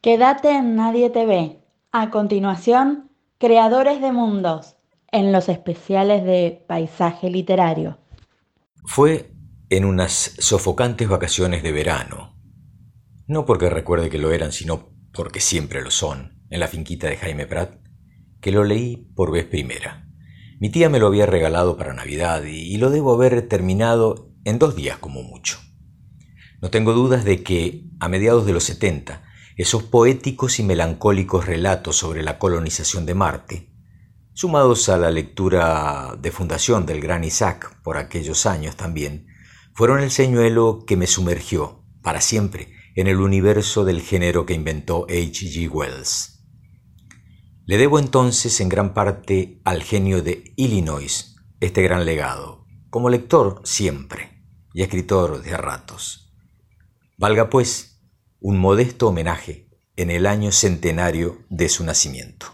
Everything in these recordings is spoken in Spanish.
Quédate en Nadie te ve. A continuación, Creadores de Mundos, en los especiales de Paisaje Literario. Fue en unas sofocantes vacaciones de verano, no porque recuerde que lo eran, sino porque siempre lo son, en la finquita de Jaime Prat, que lo leí por vez primera. Mi tía me lo había regalado para Navidad y lo debo haber terminado en 2 días como mucho. No tengo dudas de que, a mediados de los 70, esos poéticos y melancólicos relatos sobre la colonización de Marte, sumados a la lectura de fundación del gran Isaac por aquellos años también, fueron el señuelo que me sumergió, para siempre, en el universo del género que inventó H. G. Wells. Le debo entonces en gran parte al genio de Illinois este gran legado, como lector siempre y escritor de a ratos. Valga pues un modesto homenaje en el año centenario de su nacimiento.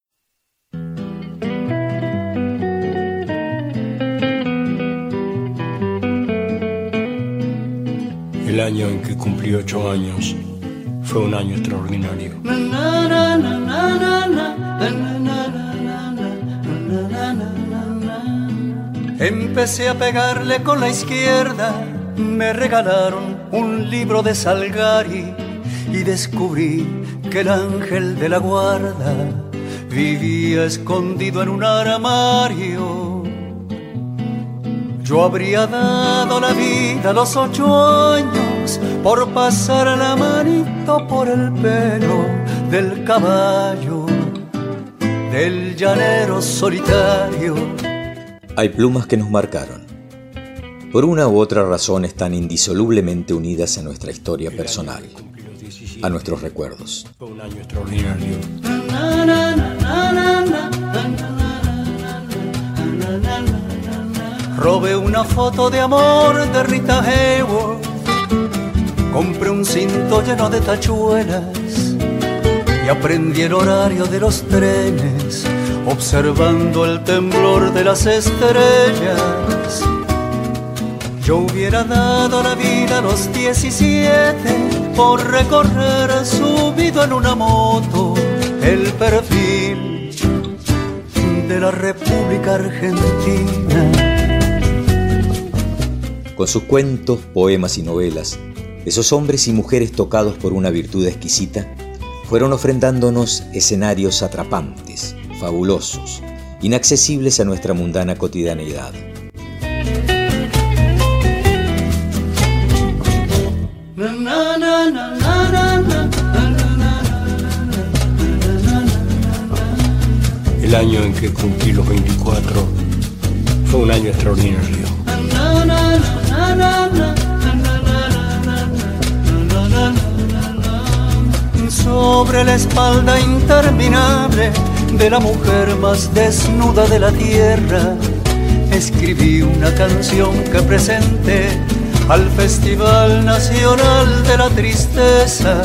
El año en que cumplí 8 años fue un año extraordinario. Empecé a pegarle con la izquierda, me regalaron un libro de Salgari y descubrí que el ángel de la guarda vivía escondido en un armario. Yo habría dado la vida a los 8 años por pasar la manito por el pelo del caballo, del llanero solitario. Hay plumas que nos marcaron. Por una u otra razón están indisolublemente unidas a nuestra historia personal, a nuestros recuerdos. Fue un año extraordinario. Robé una foto de amor de Rita Hayworth, compré un cinto lleno de tachuelas y aprendí el horario de los trenes, observando el temblor de las estrellas. Yo hubiera dado la vida a los 17 por recorrer subido en una moto el perfil de la República Argentina. Con sus cuentos, poemas y novelas, esos hombres y mujeres tocados por una virtud exquisita fueron ofrendándonos escenarios atrapantes, fabulosos, inaccesibles a nuestra mundana cotidianeidad. El año en que cumplí los 24 fue un año extraordinario. Sobre la espalda interminable de la mujer más desnuda de la tierra, escribí una canción que presenté al Festival Nacional de la Tristeza.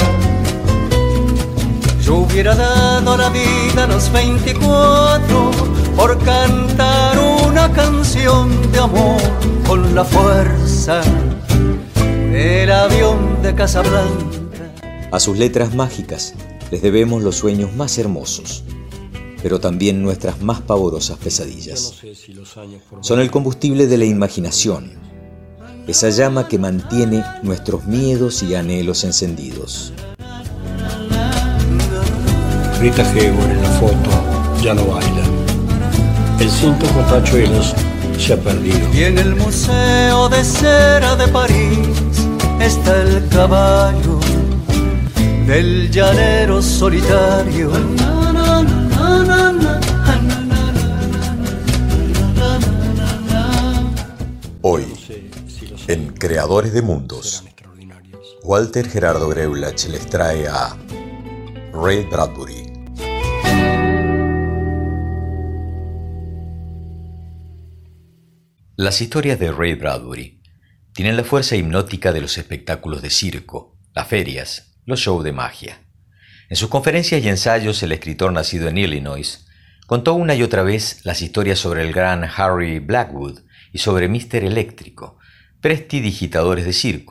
Yo hubiera dado la vida a los 24 por cantar una canción de amor con la fuerza del avión de Casablanca. A sus letras mágicas les debemos los sueños más hermosos, pero también nuestras más pavorosas pesadillas. Son el combustible de la imaginación, esa llama que mantiene nuestros miedos y anhelos encendidos. Rita Hayworth en la foto ya no baila. El cinto con tachuelos se ha perdido. Y en el Museo de Cera de París está el caballo del llanero solitario. Hoy, en Creadores de Mundos, Walter Gerardo Greulach les trae a Ray Bradbury. Las historias de Ray Bradbury tienen la fuerza hipnótica de los espectáculos de circo, las ferias, los shows de magia. En sus conferencias y ensayos, el escritor nacido en Illinois contó una y otra vez las historias sobre el gran Harry Blackwood y sobre Mr. Eléctrico, prestidigitadores de circo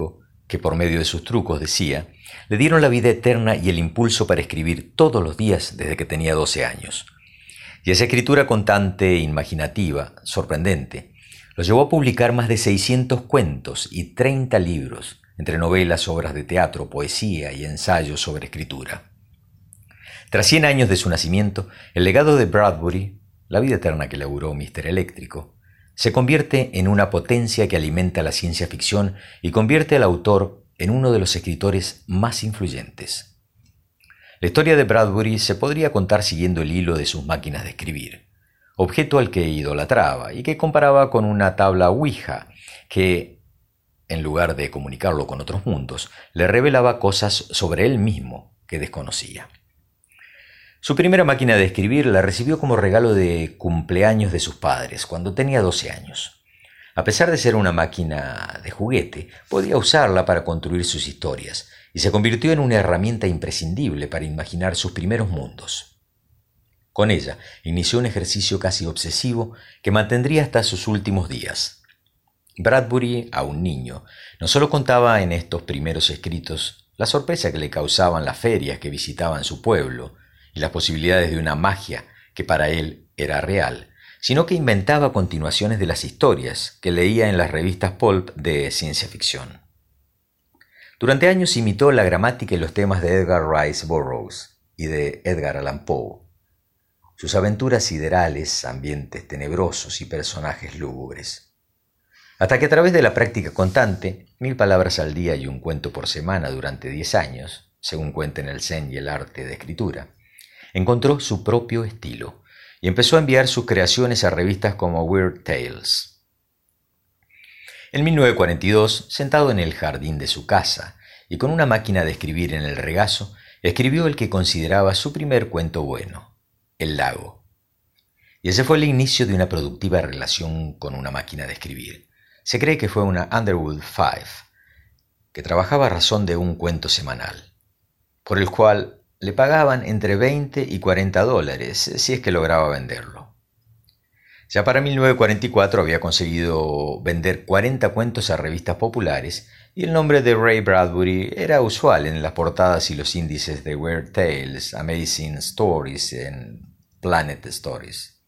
que por medio de sus trucos, decía, le dieron la vida eterna y el impulso para escribir todos los días desde que tenía 12 años. Y esa escritura constante, imaginativa, sorprendente, lo llevó a publicar más de 600 cuentos y 30 libros, entre novelas, obras de teatro, poesía y ensayos sobre escritura. Tras 100 años de su nacimiento, el legado de Bradbury, la vida eterna que laburó Mr. Eléctrico, se convierte en una potencia que alimenta la ciencia ficción y convierte al autor en uno de los escritores más influyentes. La historia de Bradbury se podría contar siguiendo el hilo de sus máquinas de escribir, objeto al que idolatraba y que comparaba con una tabla Ouija que, en lugar de comunicarlo con otros mundos, le revelaba cosas sobre él mismo que desconocía. Su primera máquina de escribir la recibió como regalo de cumpleaños de sus padres cuando tenía 12 años. A pesar de ser una máquina de juguete, podía usarla para construir sus historias y se convirtió en una herramienta imprescindible para imaginar sus primeros mundos. Con ella inició un ejercicio casi obsesivo que mantendría hasta sus últimos días. Bradbury, aún niño, no solo contaba en estos primeros escritos la sorpresa que le causaban las ferias que visitaban su pueblo y las posibilidades de una magia que para él era real, sino que inventaba continuaciones de las historias que leía en las revistas pulp de ciencia ficción. Durante años imitó la gramática y los temas de Edgar Rice Burroughs y de Edgar Allan Poe, sus aventuras siderales, ambientes tenebrosos y personajes lúgubres. Hasta que a través de la práctica constante, 1000 palabras al día y un cuento por semana durante 10 años, según cuenta en el Zen y el arte de escritura, encontró su propio estilo y empezó a enviar sus creaciones a revistas como Weird Tales. En 1942, sentado en el jardín de su casa y con una máquina de escribir en el regazo, escribió el que consideraba su primer cuento bueno, El lago. Y ese fue el inicio de una productiva relación con una máquina de escribir. Se cree que fue una Underwood 5, que trabajaba a razón de un cuento semanal, por el cual le pagaban entre 20 y 40 dólares si es que lograba venderlo. Ya para 1944 había conseguido vender 40 cuentos a revistas populares y el nombre de Ray Bradbury era usual en las portadas y los índices de Weird Tales, Amazing Stories en Planet Stories.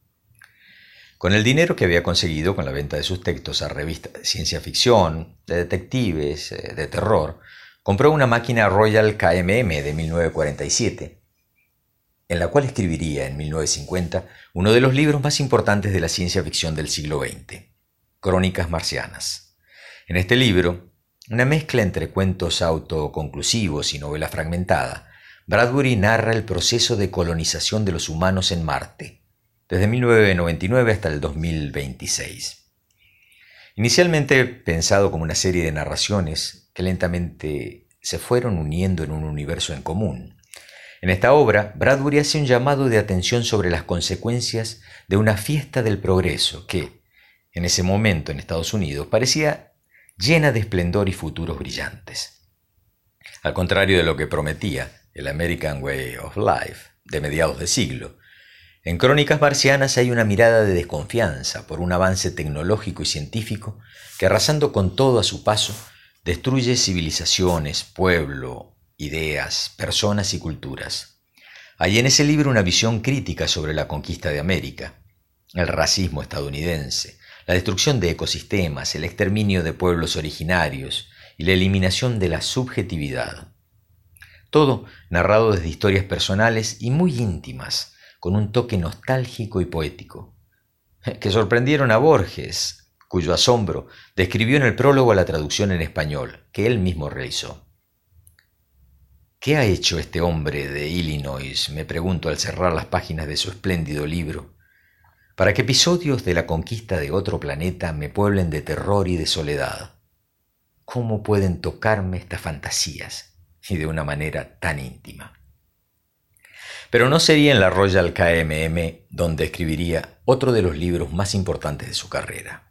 Con el dinero que había conseguido con la venta de sus textos a revistas de ciencia ficción, de detectives, de terror, compró una máquina Royal KMM de 1947, en la cual escribiría en 1950 uno de los libros más importantes de la ciencia ficción del siglo XX, Crónicas Marcianas. En este libro, una mezcla entre cuentos autoconclusivos y novela fragmentada, Bradbury narra el proceso de colonización de los humanos en Marte, desde 1999 hasta el 2026. Inicialmente pensado como una serie de narraciones que lentamente se fueron uniendo en un universo en común. En esta obra, Bradbury hace un llamado de atención sobre las consecuencias de una fiesta del progreso que, en ese momento en Estados Unidos, parecía llena de esplendor y futuros brillantes. Al contrario de lo que prometía el American Way of Life de mediados de siglo, en Crónicas Marcianas hay una mirada de desconfianza por un avance tecnológico y científico que, arrasando con todo a su paso, destruye civilizaciones, pueblo, ideas, personas y culturas. Hay en ese libro una visión crítica sobre la conquista de América, el racismo estadounidense, la destrucción de ecosistemas, el exterminio de pueblos originarios y la eliminación de la subjetividad. Todo narrado desde historias personales y muy íntimas, con un toque nostálgico y poético, que sorprendieron a Borges, cuyo asombro describió en el prólogo a la traducción en español, que él mismo realizó. ¿Qué ha hecho este hombre de Illinois?, me pregunto al cerrar las páginas de su espléndido libro, para que episodios de la conquista de otro planeta me pueblen de terror y de soledad. ¿Cómo pueden tocarme estas fantasías, y de una manera tan íntima? Pero no sería en la Royal KMM donde escribiría otro de los libros más importantes de su carrera.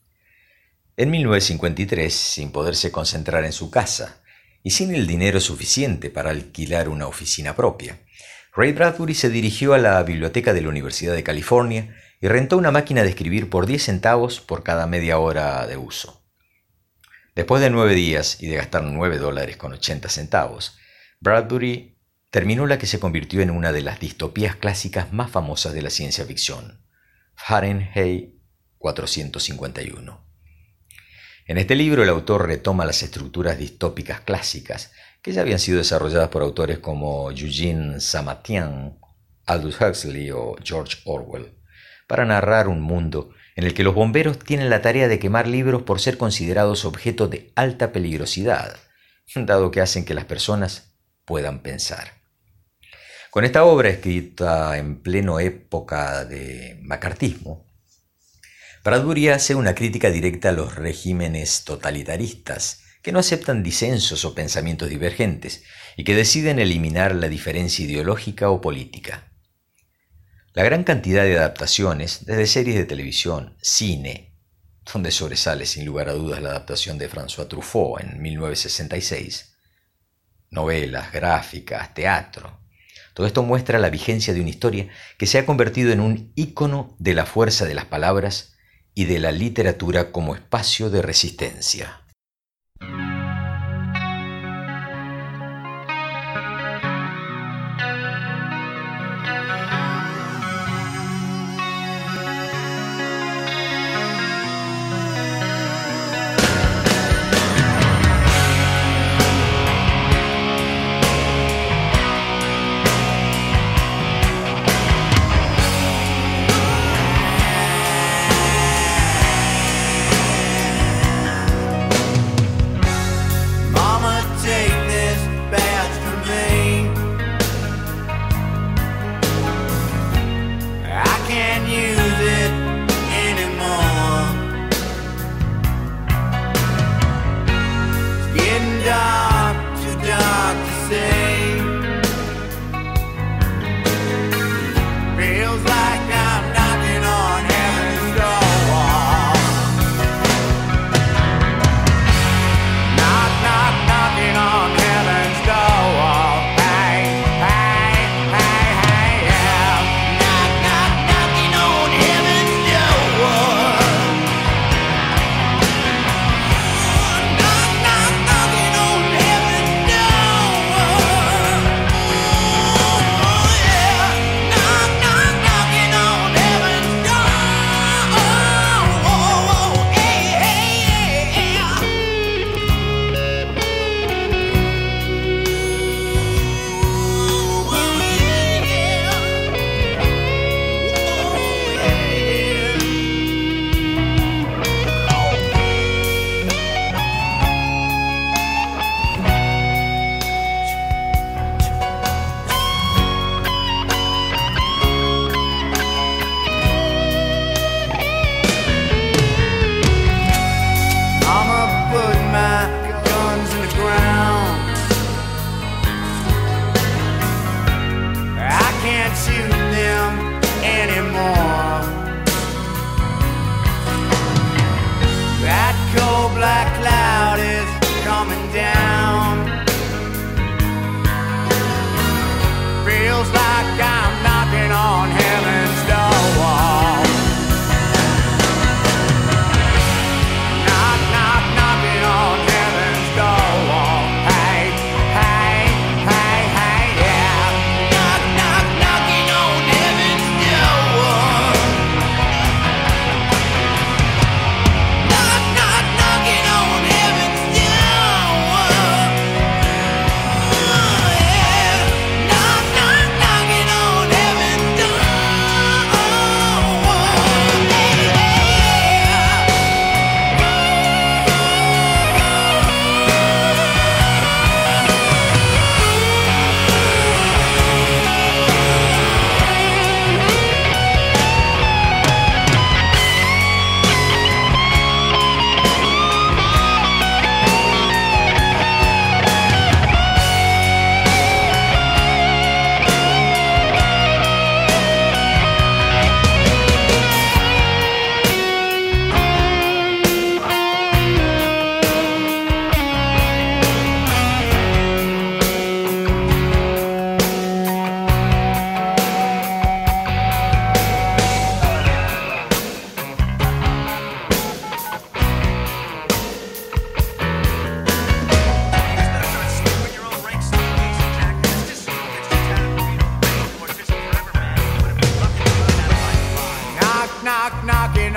En 1953, sin poderse concentrar en su casa y sin el dinero suficiente para alquilar una oficina propia, Ray Bradbury se dirigió a la biblioteca de la Universidad de California y rentó una máquina de escribir por 10 centavos por cada media hora de uso. Después de 9 días y de gastar $9.80, Bradbury terminó la que se convirtió en una de las distopías clásicas más famosas de la ciencia ficción, Fahrenheit 451. En este libro el autor retoma las estructuras distópicas clásicas que ya habían sido desarrolladas por autores como Eugene Samatian, Aldous Huxley o George Orwell, para narrar un mundo en el que los bomberos tienen la tarea de quemar libros por ser considerados objetos de alta peligrosidad, dado que hacen que las personas puedan pensar. Con esta obra, escrita en pleno época de macartismo, Bradbury hace una crítica directa a los regímenes totalitaristas que no aceptan disensos o pensamientos divergentes y que deciden eliminar la diferencia ideológica o política. La gran cantidad de adaptaciones, desde series de televisión, cine, donde sobresale sin lugar a dudas la adaptación de François Truffaut en 1966, novelas, gráficas, teatro. Todo esto muestra la vigencia de una historia que se ha convertido en un ícono de la fuerza de las palabras y de la literatura como espacio de resistencia.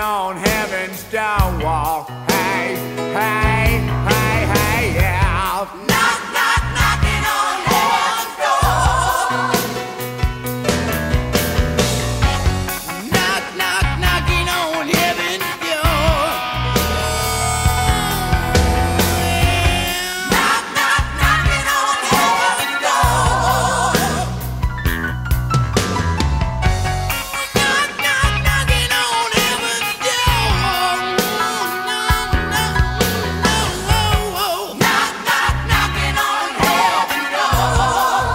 on heaven's door. Hey, hey, hey, hey, yeah. Knock, knock, knocking on heaven's door. Knock, knock, knocking on heaven's door. Knock, knock, knocking on heaven's door. Knock, knock, knocking on heaven's door. Knock, knock, knocking on heaven's door.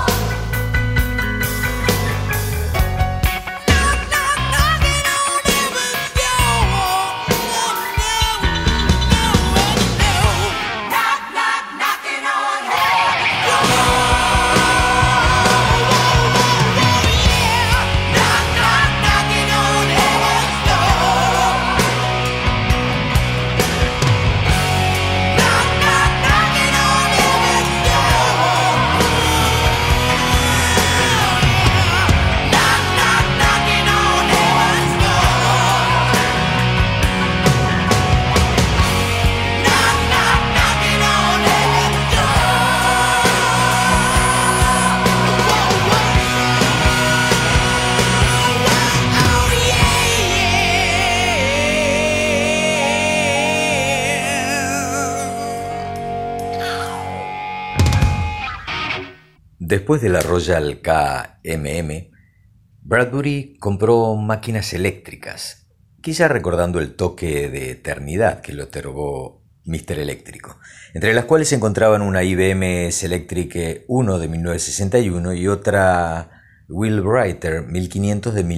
Knock, knock, knocking on heaven's door. Knock, knock, knocking on heaven's door. Knock, knock, knocking on heaven's door. Knock, knock, knocking on heaven's door. Knock, knock, knocking on heaven's door. Knock, knock, knocking on heaven's Después de la Royal KMM, Bradbury compró máquinas eléctricas, quizá recordando el toque de eternidad que le otorgó Mr. Eléctrico, entre las cuales se encontraban una IBM Selectric 1 de 1961 y otra Wheelwright 1500 de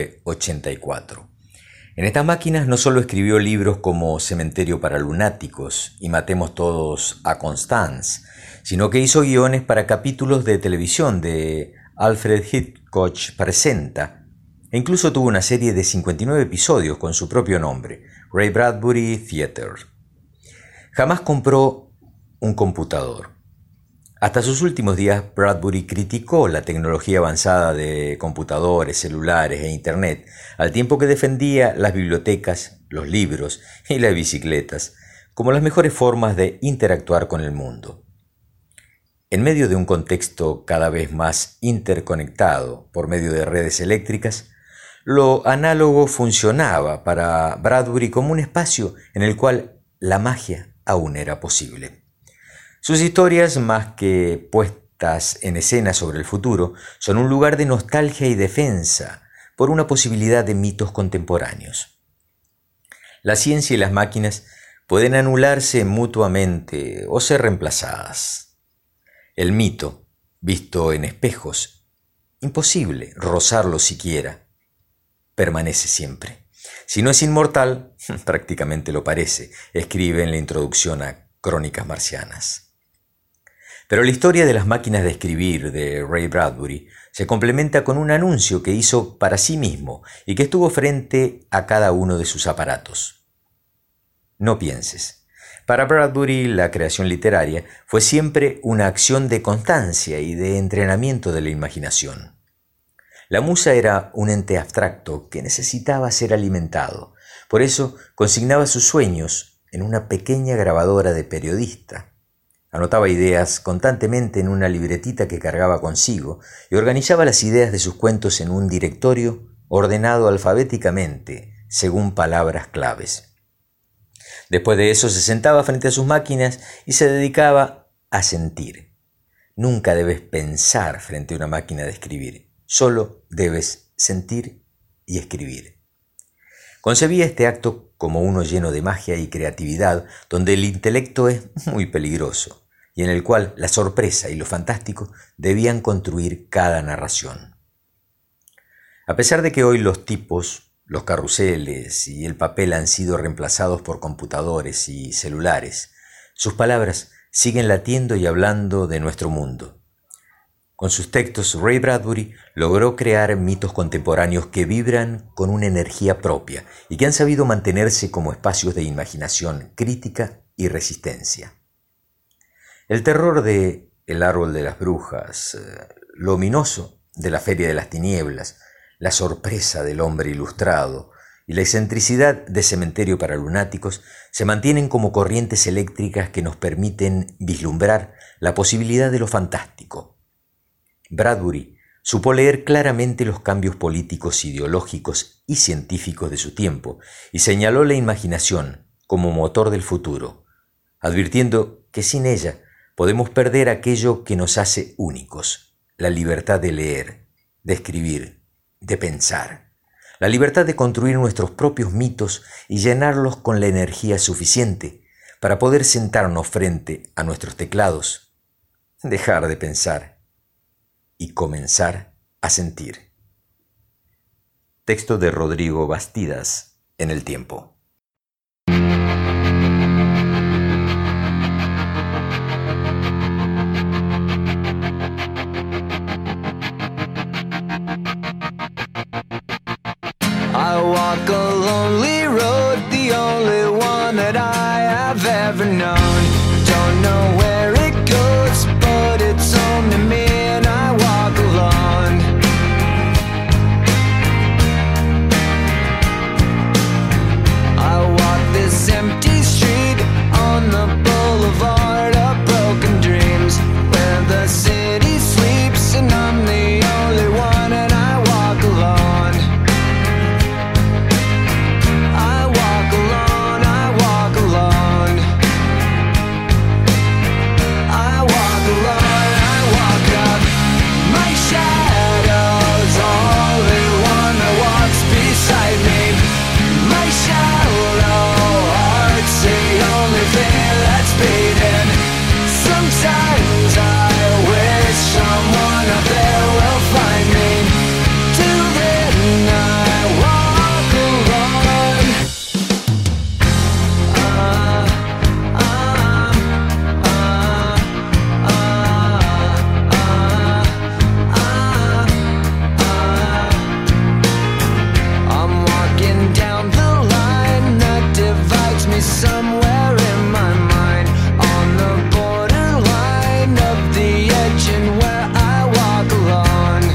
1984. En estas máquinas no solo escribió libros como Cementerio para lunáticos y Matemos todos a Constance, sino que hizo guiones para capítulos de televisión de Alfred Hitchcock Presenta, e incluso tuvo una serie de 59 episodios con su propio nombre, Ray Bradbury Theater. Jamás compró un computador. Hasta sus últimos días, Bradbury criticó la tecnología avanzada de computadores, celulares e Internet, al tiempo que defendía las bibliotecas, los libros y las bicicletas como las mejores formas de interactuar con el mundo. En medio de un contexto cada vez más interconectado por medio de redes eléctricas, lo análogo funcionaba para Bradbury como un espacio en el cual la magia aún era posible. Sus historias, más que puestas en escena sobre el futuro, son un lugar de nostalgia y defensa por una posibilidad de mitos contemporáneos. La ciencia y las máquinas pueden anularse mutuamente o ser reemplazadas. El mito, visto en espejos, imposible rozarlo siquiera, permanece siempre. Si no es inmortal, prácticamente lo parece, escribe en la introducción a Crónicas Marcianas. Pero la historia de las máquinas de escribir de Ray Bradbury se complementa con un anuncio que hizo para sí mismo y que estuvo frente a cada uno de sus aparatos. No pienses. Para Bradbury, la creación literaria fue siempre una acción de constancia y de entrenamiento de la imaginación. La musa era un ente abstracto que necesitaba ser alimentado. Por eso consignaba sus sueños en una pequeña grabadora de periodista. Anotaba ideas constantemente en una libretita que cargaba consigo y organizaba las ideas de sus cuentos en un directorio ordenado alfabéticamente según palabras claves. Después de eso se sentaba frente a sus máquinas y se dedicaba a sentir. Nunca debes pensar frente a una máquina de escribir, solo debes sentir y escribir. Concebía este acto como uno lleno de magia y creatividad, donde el intelecto es muy peligroso y en el cual la sorpresa y lo fantástico debían construir cada narración. A pesar de que hoy los tipos, los carruseles y el papel han sido reemplazados por computadores y celulares, sus palabras siguen latiendo y hablando de nuestro mundo. Con sus textos, Ray Bradbury logró crear mitos contemporáneos que vibran con una energía propia y que han sabido mantenerse como espacios de imaginación crítica y resistencia. El terror de El árbol de las brujas, lo ominoso de la feria de las tinieblas, la sorpresa del hombre ilustrado y la excentricidad de Cementerio para Lunáticos se mantienen como corrientes eléctricas que nos permiten vislumbrar la posibilidad de lo fantástico. Bradbury supo leer claramente los cambios políticos, ideológicos y científicos de su tiempo y señaló la imaginación como motor del futuro, advirtiendo que sin ella podemos perder aquello que nos hace únicos, la libertad de leer, de escribir, de pensar, la libertad de construir nuestros propios mitos y llenarlos con la energía suficiente para poder sentarnos frente a nuestros teclados, dejar de pensar y comenzar a sentir. Texto de Rodrigo Bastidas en El Tiempo. I walk a lonely road, the only one that I have ever known. Don't know where it goes, but it's home to me and I walk alone. I walk this empty street on the boulevard of broken dreams, where the city sleeps and I'm the only one and I walk alone. Sometimes I wish someone out there will find me. Till then I walk alone. I'm walking down the line that divides me somewhere in my mind, on the borderline of the edge and where I walk alone.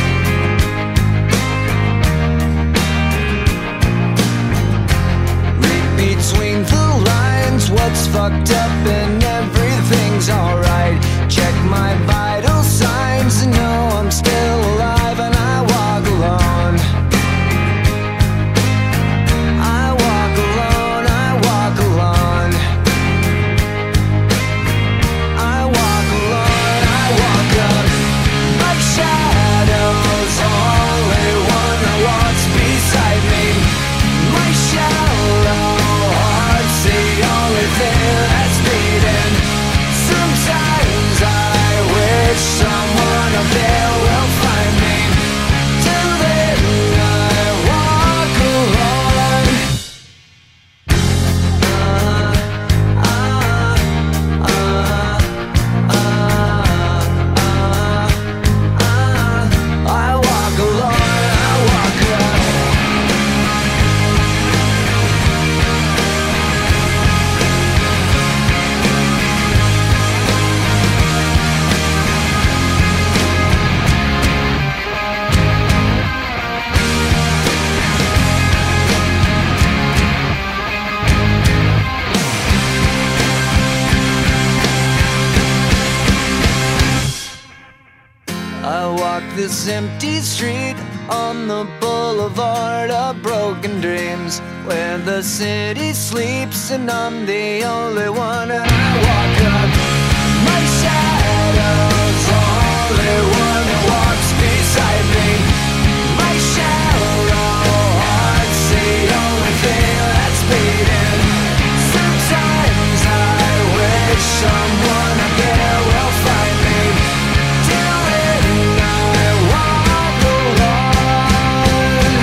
Read between the lines, what's fucked up and everything's alright. Check my vital signs and know I'm still alive and I walk alone. I walk alone, I walk alone. I walk alone, I walk up. My shadow's only one that walks beside me. My shallow heart's the only thing that's beating. Sometimes I wish someone up there will find me. Till then I walk alone. I walk alone, I walk alone. I walk this empty street on the boulevard of broken dreams, where the city sleeps and I'm the only one and I walk up. My shadow's only one that walks beside me. My shallow heart's the only thing that's beating. Sometimes I wish someone up there will find me. Till then I walk alone.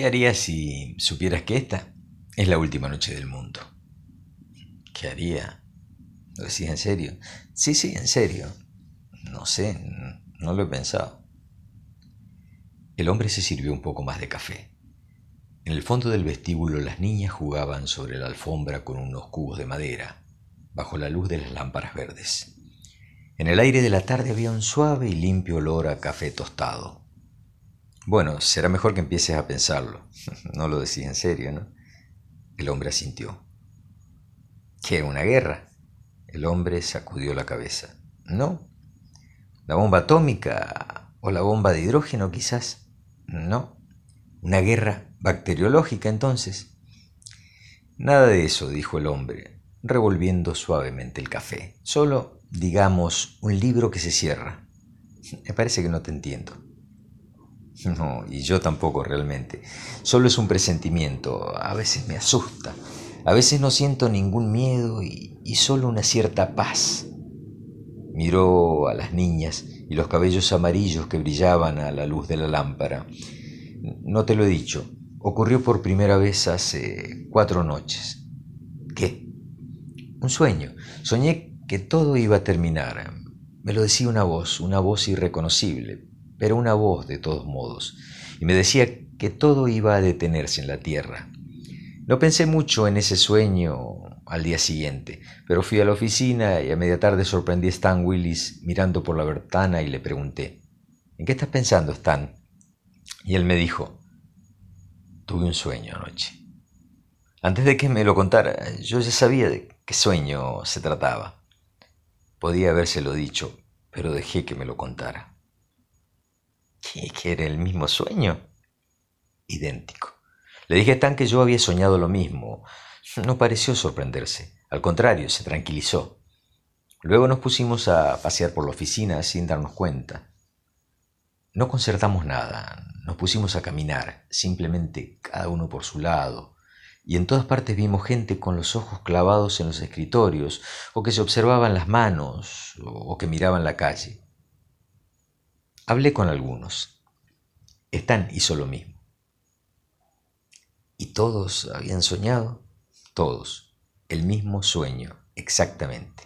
harías si supieras que esta es la última noche del mundo? ¿Qué haría? ¿Lo decís en serio? Sí, en serio. No sé, no lo he pensado. El hombre se sirvió un poco más de café. En el fondo del vestíbulo las niñas jugaban sobre la alfombra con unos cubos de madera, bajo la luz de las lámparas verdes. En el aire de la tarde había un suave y limpio olor a café tostado. Bueno, será mejor que empieces a pensarlo. No lo decís en serio, ¿no? El hombre asintió. ¿Qué, una guerra? El hombre sacudió la cabeza. No. ¿La bomba atómica o la bomba de hidrógeno quizás? No. ¿Una guerra bacteriológica entonces? Nada de eso, dijo el hombre, revolviendo suavemente el café. Solo, digamos, un libro que se cierra. Me parece que no te entiendo. No, y yo tampoco realmente. Solo es un presentimiento. A veces me asusta. A veces no siento ningún miedo y solo una cierta paz. Miró a las niñas y los cabellos amarillos que brillaban a la luz de la lámpara. No te lo he dicho. Ocurrió por primera vez hace 4 noches. ¿Qué? Un sueño. Soñé que todo iba a terminar. Me lo decía una voz irreconocible, pero una voz de todos modos, y me decía que todo iba a detenerse en la tierra. No pensé mucho en ese sueño al día siguiente, pero fui a la oficina y a media tarde sorprendí a Stan Willis mirando por la ventana y le pregunté, ¿en qué estás pensando, Stan? Y él me dijo, tuve un sueño anoche. Antes de que me lo contara, yo ya sabía de qué sueño se trataba. Podía habérselo dicho, pero dejé que me lo contara. ¿Que era el mismo sueño? Idéntico. Le dije a Stan que yo había soñado lo mismo. No pareció sorprenderse. Al contrario, se tranquilizó. Luego nos pusimos a pasear por la oficina sin darnos cuenta. No concertamos nada. Nos pusimos a caminar, simplemente cada uno por su lado. Y en todas partes vimos gente con los ojos clavados en los escritorios, o que se observaban las manos, o que miraban la calle. Hablé con algunos. Stan hizo lo mismo. ¿Y todos habían soñado? Todos. El mismo sueño, exactamente.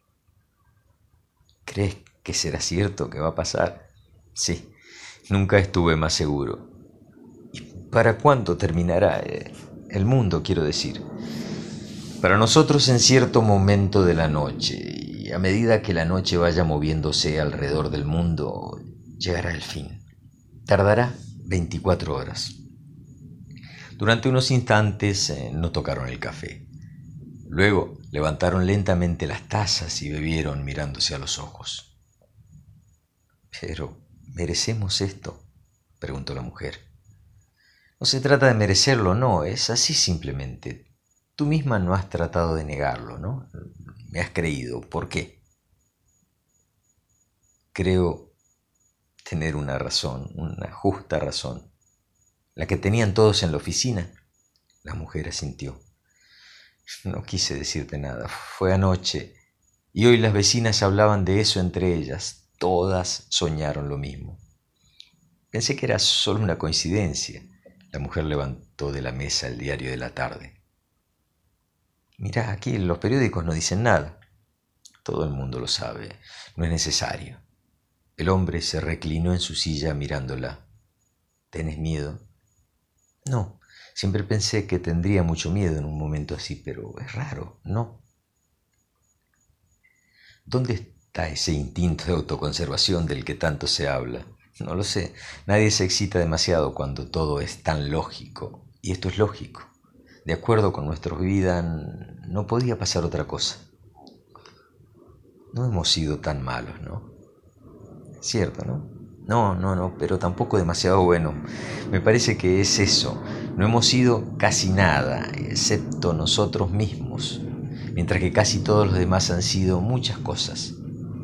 ¿Crees que será cierto que va a pasar? Sí, nunca estuve más seguro. ¿Y para cuándo terminará el mundo, quiero decir? Para nosotros en cierto momento de la noche, y a medida que la noche vaya moviéndose alrededor del mundo, llegará el fin. Tardará 24 horas. Durante unos instantes no tocaron el café. Luego levantaron lentamente las tazas y bebieron mirándose a los ojos. ¿Pero merecemos esto?, preguntó la mujer. No se trata de merecerlo, no, es así simplemente. Tú misma no has tratado de negarlo, ¿no? Me has creído. ¿Por qué? Creo tener una razón, una justa razón. La que tenían todos en la oficina. La mujer asintió. No quise decirte nada. Fue anoche. Y hoy las vecinas hablaban de eso entre ellas. Todas soñaron lo mismo. Pensé que era solo una coincidencia. La mujer levantó de la mesa el diario de la tarde. Mirá, aquí los periódicos no dicen nada. Todo el mundo lo sabe. No es necesario. El hombre se reclinó en su silla mirándola. ¿Tenés miedo? No, siempre pensé que tendría mucho miedo en un momento así, pero es raro, ¿no? ¿Dónde está ese instinto de autoconservación del que tanto se habla? No lo sé, nadie se excita demasiado cuando todo es tan lógico, y esto es lógico. De acuerdo con nuestra vida, no podía pasar otra cosa. No hemos sido tan malos, ¿no? Cierto, ¿no? No, pero tampoco demasiado bueno. Me parece que es eso. No hemos sido casi nada, excepto nosotros mismos, mientras que casi todos los demás han sido muchas cosas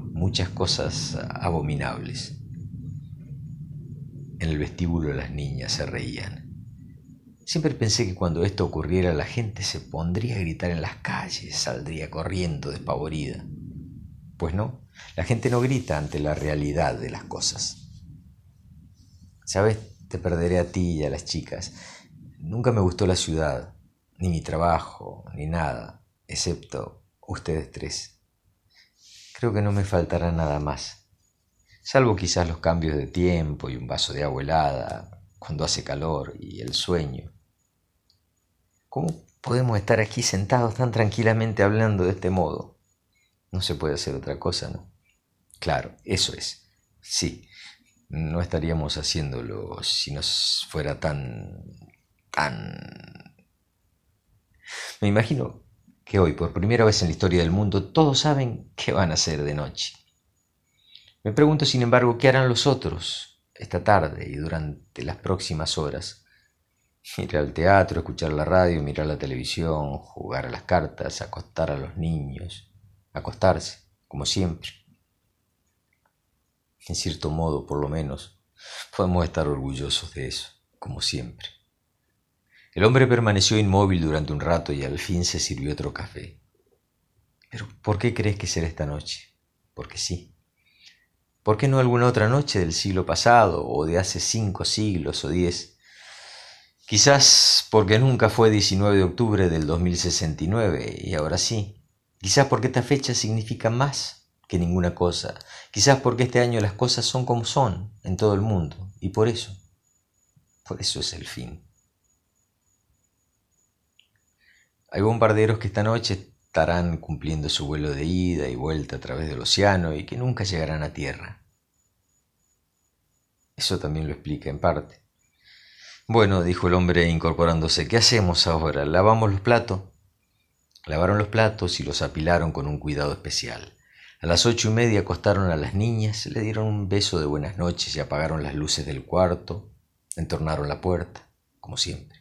abominables. En el vestíbulo las niñas se reían. Siempre pensé que cuando esto ocurriera la gente se pondría a gritar en las calles, saldría corriendo despavorida. Pues no, la gente no grita ante la realidad de las cosas. ¿Sabes? Te perderé a ti y a las chicas. nunca me gustó la ciudad, ni mi trabajo, ni nada, excepto ustedes tres. Creo que no me faltará nada más, salvo quizás los cambios de tiempo y un vaso de agua helada cuando hace calor y el sueño. ¿Cómo podemos estar aquí sentados tan tranquilamente hablando de este modo? No se puede hacer otra cosa, ¿no? Claro, eso es. Sí, no estaríamos haciéndolo si nos fuera tan... Me imagino que hoy, por primera vez en la historia del mundo, todos saben qué van a hacer de noche. Me pregunto, sin embargo, qué harán los otros esta tarde y durante las próximas horas. Ir al teatro, escuchar la radio, mirar la televisión, jugar a las cartas, acostar a los niños, acostarse, como siempre. En cierto modo, por lo menos, podemos estar orgullosos de eso, como siempre. El hombre permaneció inmóvil durante un rato y al fin se sirvió otro café. ¿Pero por qué crees que será esta noche? Porque sí. ¿Por qué no alguna otra noche del siglo pasado, o de hace 5 siglos o 10? Quizás porque nunca fue 19 de octubre del 2069 y ahora sí. Quizás porque esta fecha significa más que ninguna cosa. Quizás porque este año las cosas son como son en todo el mundo y por eso es el fin. Hay bombarderos que esta noche estarán cumpliendo su vuelo de ida y vuelta a través del océano y que nunca llegarán a tierra. Eso también lo explica en parte. Bueno, dijo el hombre incorporándose, ¿qué hacemos ahora? ¿Lavamos los platos? Lavaron los platos y los apilaron con un cuidado especial. A las 8:30 acostaron a las niñas, le dieron un beso de buenas noches y apagaron las luces del cuarto, entornaron la puerta, como siempre.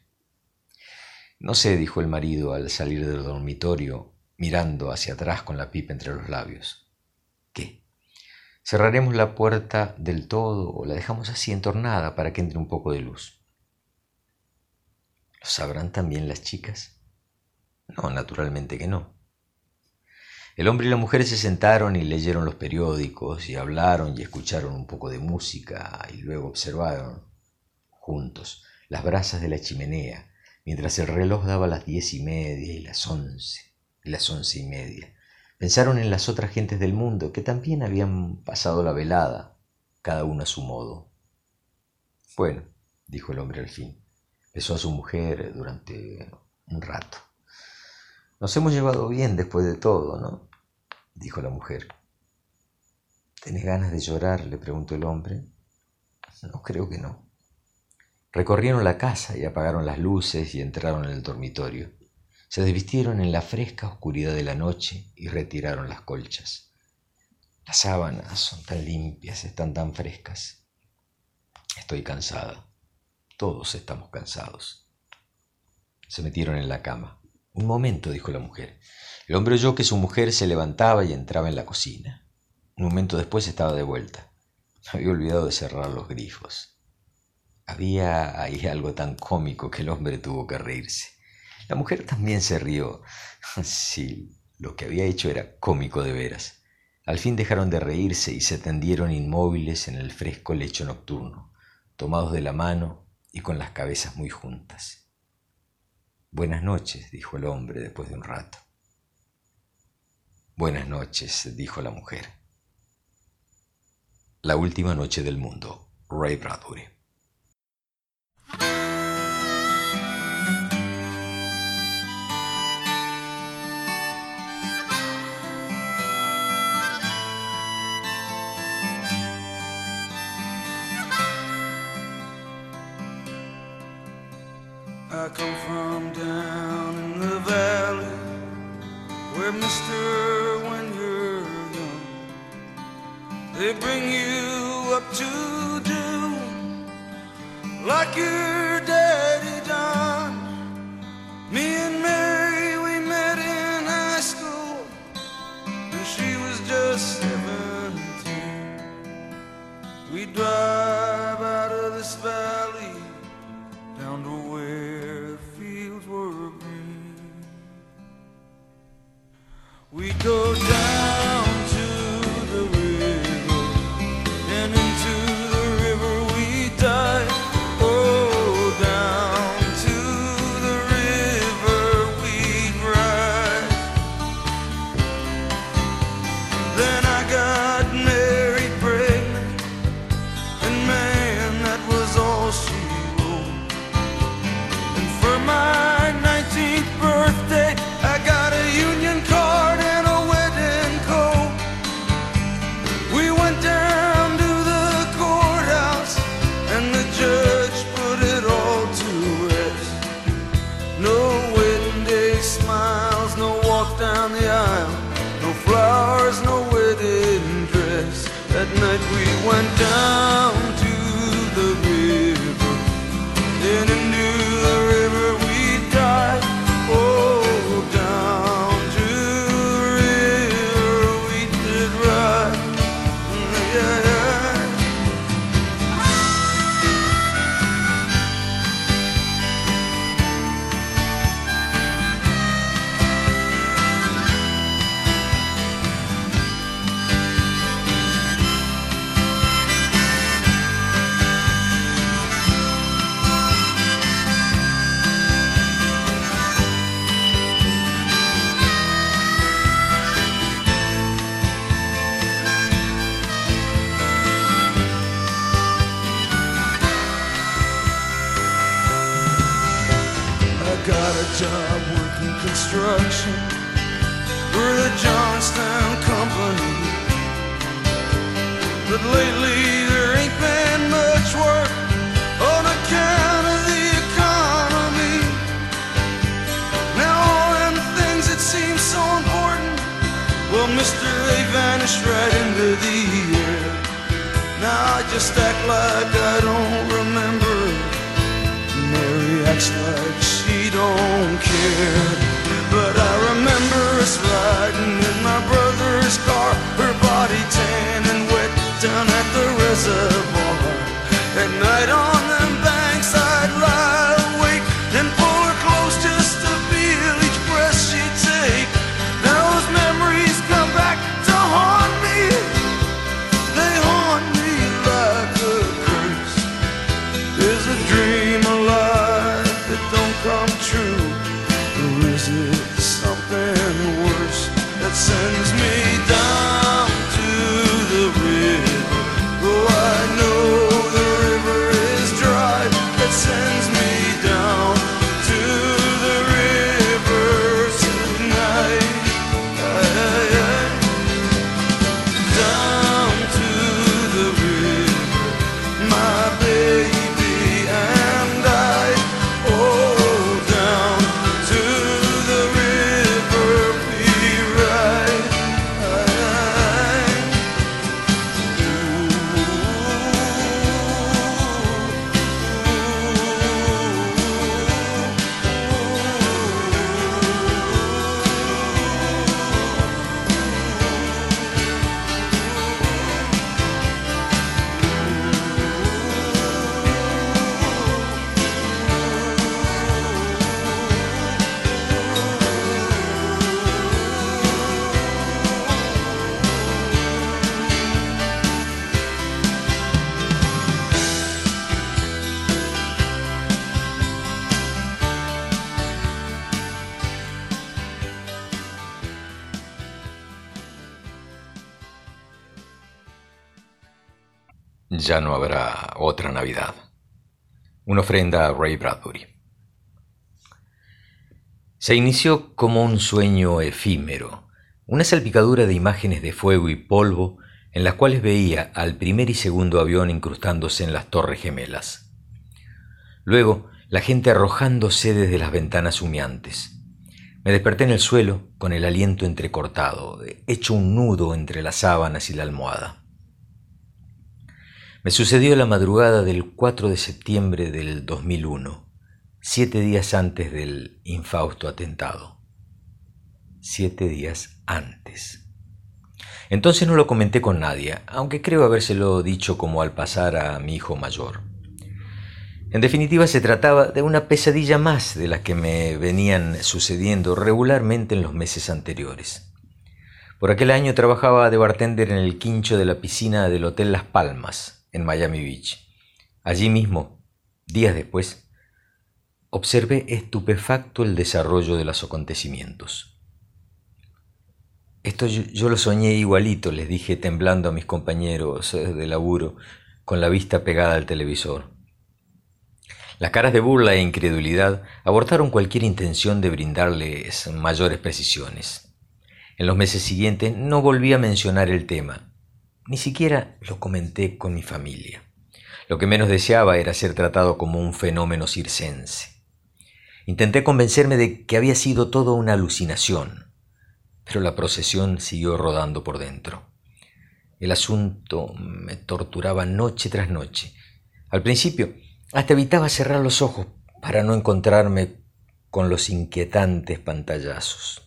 No sé, dijo el marido al salir del dormitorio, mirando hacia atrás con la pipa entre los labios. ¿Qué? ¿Cerraremos la puerta del todo o la dejamos así entornada para que entre un poco de luz? ¿Lo sabrán también las chicas? No, naturalmente que no. El hombre y la mujer se sentaron y leyeron los periódicos y hablaron y escucharon un poco de música y luego observaron juntos las brasas de la chimenea mientras el reloj daba las 10:30 y las 11 y las 11:30. Pensaron en las otras gentes del mundo que también habían pasado la velada, cada uno a su modo. Bueno, dijo el hombre al fin. Besó a su mujer durante un rato. Nos hemos llevado bien después de todo, ¿no? Dijo la mujer. ¿Tenés ganas de llorar?, le preguntó el hombre. No, creo que no. Recorrieron la casa y apagaron las luces y entraron en el dormitorio. Se desvistieron en la fresca oscuridad de la noche y retiraron las colchas. Las sábanas son tan limpias, están tan frescas. Estoy cansada. Todos estamos cansados. Se metieron en la cama. Un momento, dijo la mujer. El hombre oyó que su mujer se levantaba y entraba en la cocina. Un momento después estaba de vuelta. Había olvidado de cerrar los grifos. Había ahí algo tan cómico que el hombre tuvo que reírse. La mujer también se rió. Sí, lo que había hecho era cómico de veras. Al fin dejaron de reírse y se tendieron inmóviles en el fresco lecho nocturno, tomados de la mano y con las cabezas muy juntas. Buenas noches, dijo el hombre después de un rato. Buenas noches, dijo la mujer. La última noche del mundo, Ray Bradbury. I come from down in the valley where, mister, when you're young, they bring you up to do like your daddy done. Me and Mary, we met in high school and she was just 17. We drive out of this valley down to where fields were green. We go down to the river, and into the river we dive. Oh, down to night we went down to the river, and into the river we dive. Oh, down to the river we did ride. Yeah, yeah. Got a job working construction for the Johnstown Company, but lately there ain't been much work on account of the economy. Now all them things that seem so important, well, mister, they vanished right into the air. Now I just act like I don't remember. Mary acts like she don't care, but I remember us riding in my brother's car, her body tan and wet down at the reservoir. At night on them banks I'd lie awake and pull her close just to feel each breath she'd take. Now those memories come back to haunt me. They haunt me like a curse. Is a dream alive that don't come true, or is it something worse that sends me down to the river? Oh, I know the river is dry, that sends me down to the river tonight. Down to the river, my baby and I. Oh, down to the river we ride. Ya no habrá otra Navidad. Una ofrenda a Ray Bradbury. Se inició como un sueño efímero, una salpicadura de imágenes de fuego y polvo en las cuales veía al primer y segundo avión incrustándose en las Torres Gemelas. Luego, la gente arrojándose desde las ventanas humeantes. Me desperté en el suelo con el aliento entrecortado, hecho un nudo entre las sábanas y la almohada. Me sucedió la madrugada del 4 de septiembre del 2001, 7 días antes del infausto atentado. 7 días antes. Entonces no lo comenté con nadie, aunque creo habérselo dicho como al pasar a mi hijo mayor. En definitiva, se trataba de una pesadilla más de las que me venían sucediendo regularmente en los meses anteriores. Por aquel año trabajaba de bartender en el quincho de la piscina del Hotel Las Palmas, en Miami Beach. Allí mismo, días después, observé estupefacto el desarrollo de los acontecimientos. Esto yo lo soñé igualito, les dije temblando a mis compañeros de laburo, con la vista pegada al televisor. Las caras de burla e incredulidad abortaron cualquier intención de brindarles mayores precisiones. En los meses siguientes no volví a mencionar el tema. Ni siquiera lo comenté con mi familia. Lo que menos deseaba era ser tratado como un fenómeno circense. Intenté convencerme de que había sido todo una alucinación, pero la procesión siguió rodando por dentro. El asunto me torturaba noche tras noche. Al principio, hasta evitaba cerrar los ojos para no encontrarme con los inquietantes pantallazos.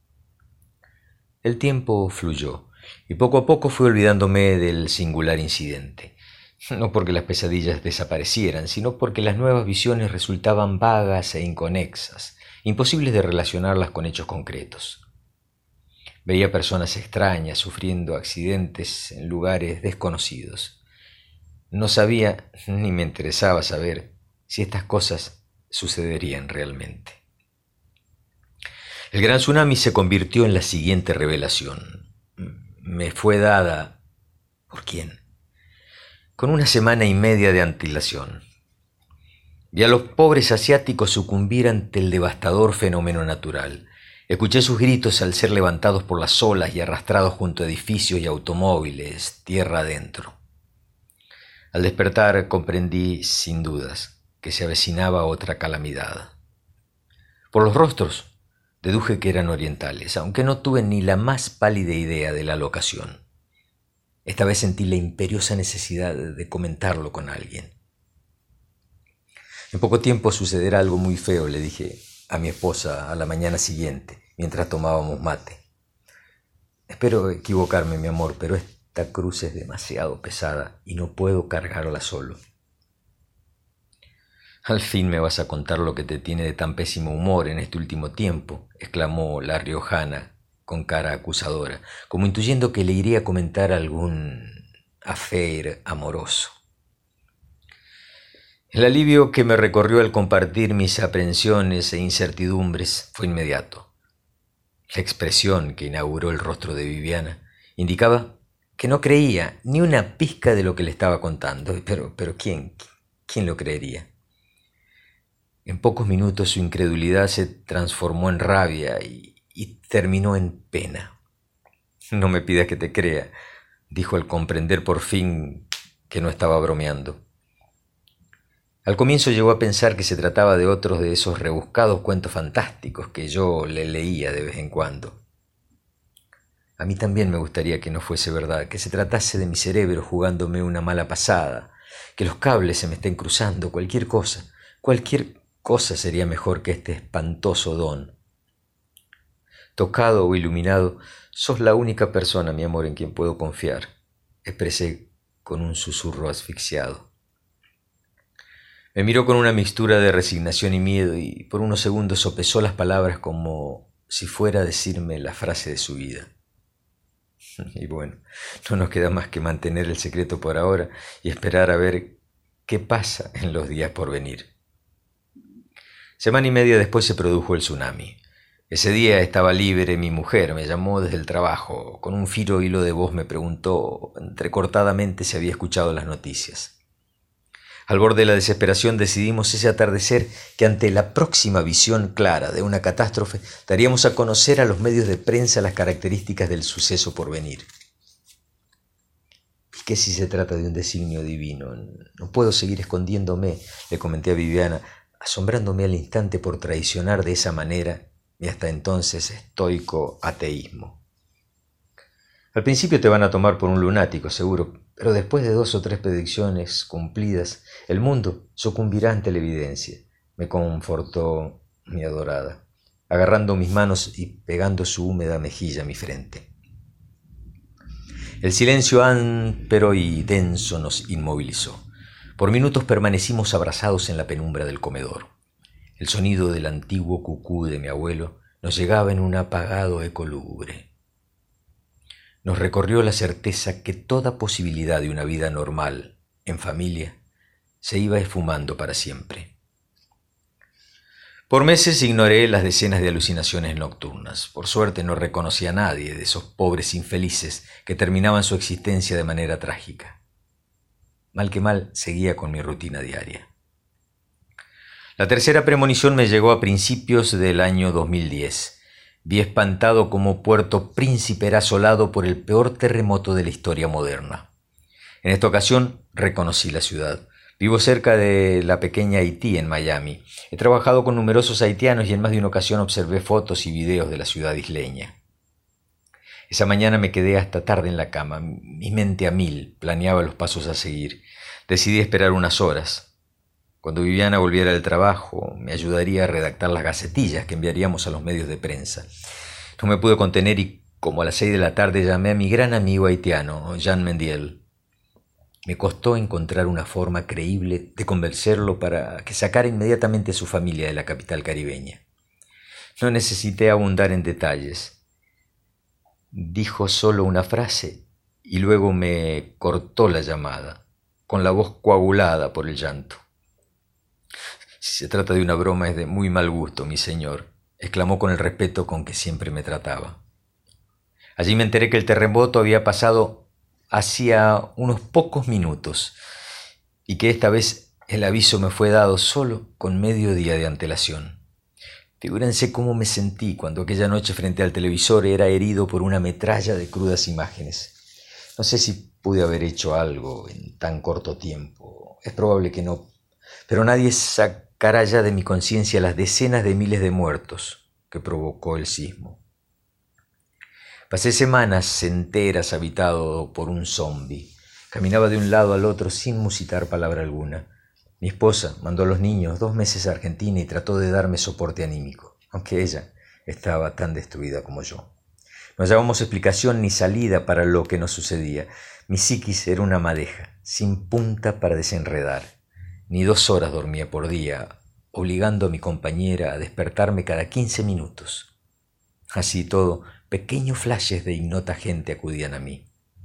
El tiempo fluyó y poco a poco fui olvidándome del singular incidente. No porque las pesadillas desaparecieran, sino porque las nuevas visiones resultaban vagas e inconexas, imposibles de relacionarlas con hechos concretos. Veía personas extrañas sufriendo accidentes en lugares desconocidos. No sabía, ni me interesaba saber, si estas cosas sucederían realmente. El gran tsunami se convirtió en la siguiente revelación. Me fue dada... ¿por quién? Con 1 semana y media de antelación. Vi a los pobres asiáticos sucumbir ante el devastador fenómeno natural. Escuché sus gritos al ser levantados por las olas y arrastrados junto a edificios y automóviles, tierra adentro. Al despertar comprendí, sin dudas, que se avecinaba otra calamidad. Por los rostros, deduje que eran orientales, aunque no tuve ni la más pálida idea de la locación. Esta vez sentí la imperiosa necesidad de comentarlo con alguien. En poco tiempo sucederá algo muy feo, le dije a mi esposa a la mañana siguiente, mientras tomábamos mate. Espero equivocarme, mi amor, pero esta cruz es demasiado pesada y no puedo cargarla solo. Al fin me vas a contar lo que te tiene de tan pésimo humor en este último tiempo, exclamó la riojana con cara acusadora, como intuyendo que le iría a comentar algún affair amoroso. El alivio que me recorrió al compartir mis aprensiones e incertidumbres fue inmediato. La expresión que inauguró el rostro de Viviana indicaba que no creía ni una pizca de lo que le estaba contando. Pero ¿quién lo creería? En pocos minutos su incredulidad se transformó en rabia y terminó en pena. No me pidas que te crea, dijo al comprender por fin que no estaba bromeando. Al comienzo llegó a pensar que se trataba de otros de esos rebuscados cuentos fantásticos que yo le leía de vez en cuando. A mí también me gustaría que no fuese verdad, que se tratase de mi cerebro jugándome una mala pasada, que los cables se me estén cruzando, cualquier cosa sería mejor que este espantoso don. Tocado o iluminado, sos la única persona, mi amor, en quien puedo confiar, expresé con un susurro asfixiado. Me miró con una mixtura de resignación y miedo y por unos segundos sopesó las palabras como si fuera a decirme la frase de su vida. Y bueno, no nos queda más que mantener el secreto por ahora y esperar a ver qué pasa en los días por venir. 1 semana y media después se produjo el tsunami. Ese día estaba libre mi mujer, me llamó desde el trabajo. Con un fino hilo de voz me preguntó entrecortadamente si había escuchado las noticias. Al borde de la desesperación decidimos ese atardecer que ante la próxima visión clara de una catástrofe daríamos a conocer a los medios de prensa las características del suceso por venir. ¿Y qué si se trata de un designio divino? No puedo seguir escondiéndome, le comenté a Viviana, asombrándome al instante por traicionar de esa manera mi hasta entonces estoico ateísmo. Al principio te van a tomar por un lunático, seguro, pero después de 2 o 3 predicciones cumplidas, el mundo sucumbirá ante la evidencia, me confortó mi adorada, agarrando mis manos y pegando su húmeda mejilla a mi frente. El silencio áspero y denso nos inmovilizó. Por minutos permanecimos abrazados en la penumbra del comedor. El sonido del antiguo cucú de mi abuelo nos llegaba en un apagado eco lúgubre. Nos recorrió la certeza que toda posibilidad de una vida normal, en familia, se iba esfumando para siempre. Por meses ignoré las decenas de alucinaciones nocturnas. Por suerte no reconocí a nadie de esos pobres infelices que terminaban su existencia de manera trágica. Mal que mal, seguía con mi rutina diaria. La tercera premonición me llegó a principios del año 2010. Vi espantado cómo Puerto Príncipe era asolado por el peor terremoto de la historia moderna. En esta ocasión reconocí la ciudad. Vivo cerca de la pequeña Haití, en Miami. He trabajado con numerosos haitianos y en más de una ocasión observé fotos y videos de la ciudad isleña. Esa mañana me quedé hasta tarde en la cama, mi mente a mil, planeaba los pasos a seguir. Decidí esperar unas horas. Cuando Viviana volviera del trabajo, me ayudaría a redactar las gacetillas que enviaríamos a los medios de prensa. No me pude contener y, como a las 6 de la tarde, llamé a mi gran amigo haitiano, Jean Mendiel. Me costó encontrar una forma creíble de convencerlo para que sacara inmediatamente a su familia de la capital caribeña. No necesité abundar en detalles. Dijo solo una frase y luego me cortó la llamada, con la voz coagulada por el llanto. «Si se trata de una broma es de muy mal gusto, mi señor», exclamó con el respeto con que siempre me trataba. Allí me enteré que el terremoto había pasado hacía unos pocos minutos y que esta vez el aviso me fue dado solo con medio día de antelación. Figúrense cómo me sentí cuando aquella noche frente al televisor era herido por una metralla de crudas imágenes. No sé si pude haber hecho algo en tan corto tiempo. Es probable que no, pero nadie sacará ya de mi conciencia las decenas de miles de muertos que provocó el sismo. Pasé semanas enteras habitado por un zombi. Caminaba de un lado al otro sin musitar palabra alguna. Mi esposa mandó a los niños 2 meses a Argentina y trató de darme soporte anímico, aunque ella estaba tan destruida como yo. No hallábamos explicación ni salida para lo que nos sucedía. Mi psiquis era una madeja, sin punta para desenredar. Ni 2 horas dormía por día, obligando a mi compañera a despertarme cada 15 minutos. Así todo, pequeños flashes de ignota gente acudían a mí.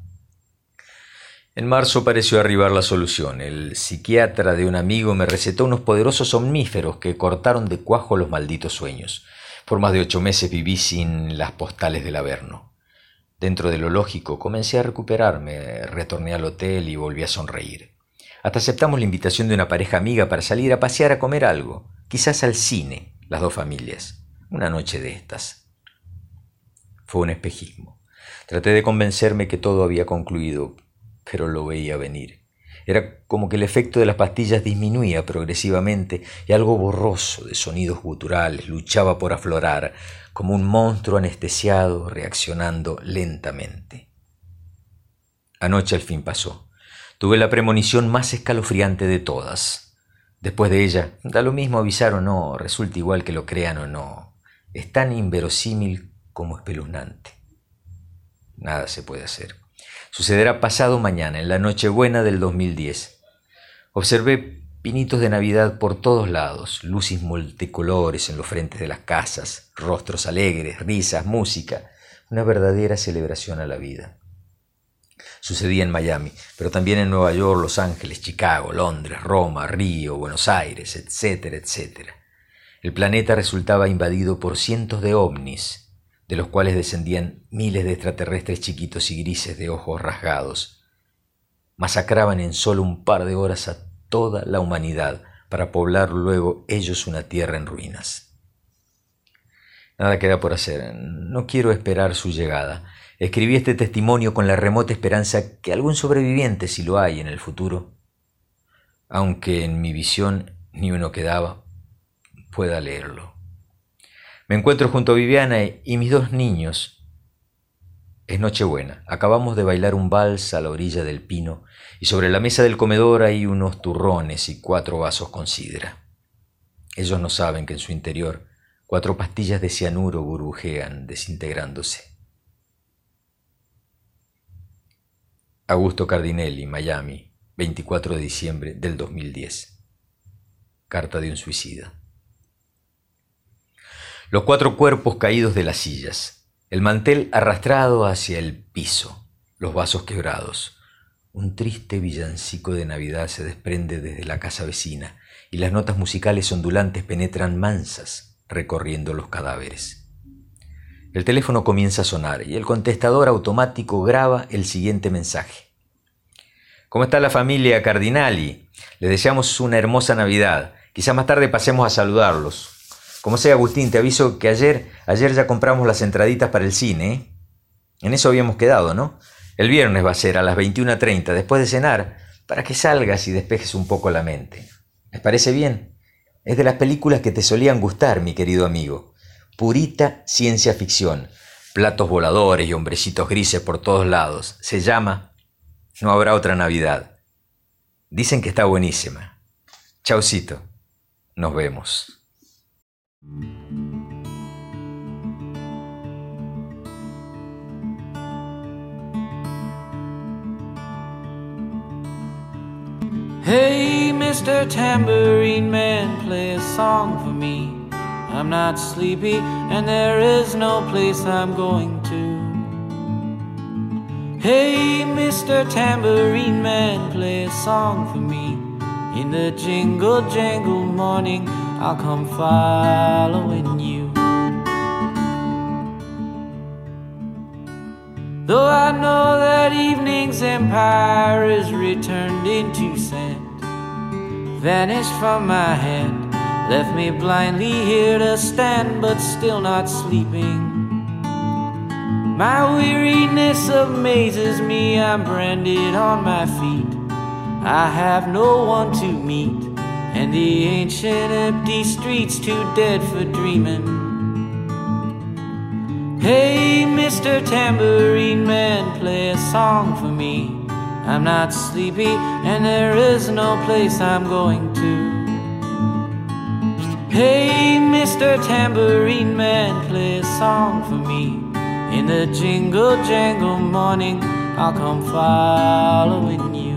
En marzo pareció arribar la solución. El psiquiatra de un amigo me recetó unos poderosos somníferos que cortaron de cuajo los malditos sueños. Por más de 8 meses viví sin las postales del Averno. Dentro de lo lógico, comencé a recuperarme, retorné al hotel y volví a sonreír. Hasta aceptamos la invitación de una pareja amiga para salir a pasear a comer algo, quizás al cine, las 2 familias. Una noche de estas. Fue un espejismo. Traté de convencerme que todo había concluido, pero lo veía venir. Era como que el efecto de las pastillas disminuía progresivamente y algo borroso de sonidos guturales luchaba por aflorar, como un monstruo anestesiado reaccionando lentamente. Anoche al fin pasó. Tuve la premonición más escalofriante de todas. Después de ella, da lo mismo avisar o no, resulta igual que lo crean o no. Es tan inverosímil como espeluznante. Nada se puede hacer. Sucederá pasado mañana, en la Nochebuena del 2010. Observé pinitos de Navidad por todos lados, luces multicolores en los frentes de las casas, rostros alegres, risas, música, una verdadera celebración a la vida. Sucedía en Miami, pero también en Nueva York, Los Ángeles, Chicago, Londres, Roma, Río, Buenos Aires, etcétera, etcétera. El planeta resultaba invadido por cientos de ovnis, de los cuales descendían miles de extraterrestres chiquitos y grises de ojos rasgados. Masacraban en solo un par de horas a toda la humanidad para poblar luego ellos una tierra en ruinas. Nada queda por hacer. No quiero esperar su llegada. Escribí este testimonio con la remota esperanza que algún sobreviviente, si lo hay en el futuro, aunque en mi visión ni uno quedaba, pueda leerlo. Me encuentro junto a Viviana y mis 2 niños. Es Nochebuena. Acabamos de bailar un vals a la orilla del pino y sobre la mesa del comedor hay unos turrones y 4 vasos con sidra. Ellos no saben que en su interior 4 pastillas de cianuro burbujean, desintegrándose. Augusto Cardinelli, Miami, 24 de diciembre del 2010. Carta de un suicida. Los 4 cuerpos caídos de las sillas, el mantel arrastrado hacia el piso, los vasos quebrados. Un triste villancico de Navidad se desprende desde la casa vecina y las notas musicales ondulantes penetran mansas recorriendo los cadáveres. El teléfono comienza a sonar y el contestador automático graba el siguiente mensaje. ¿Cómo está la familia Cardinali? Les deseamos una hermosa Navidad. Quizá más tarde pasemos a saludarlos. Como sea, Agustín, te aviso que ayer ya compramos las entraditas para el cine, ¿eh? En eso habíamos quedado, ¿no? El viernes va a ser a las 21:30, después de cenar, para que salgas y despejes un poco la mente. ¿Les parece bien? Es de las películas que te solían gustar, mi querido amigo. Purita ciencia ficción. platos voladores y hombrecitos grises por todos lados. Se llama No habrá otra Navidad. Dicen que está buenísima. Chaucito. Nos vemos. Hey, Mr. Tambourine Man, play a song for me. I'm not sleepy and there is no place I'm going to. Hey, Mr. Tambourine Man, play a song for me. In the jingle jangle morning, I'll come following you. Though I know that evening's empire is returned into sand, vanished from my hand, left me blindly here to stand, but still not sleeping. My weariness amazes me, I'm branded on my feet. I have no one to meet, and the ancient empty streets too dead for dreaming. Hey, Mr. Tambourine Man, play a song for me. I'm not sleepy, and there is no place I'm going to. Hey, Mr. Tambourine Man, play a song for me. In the jingle jangle morning, I'll come following you.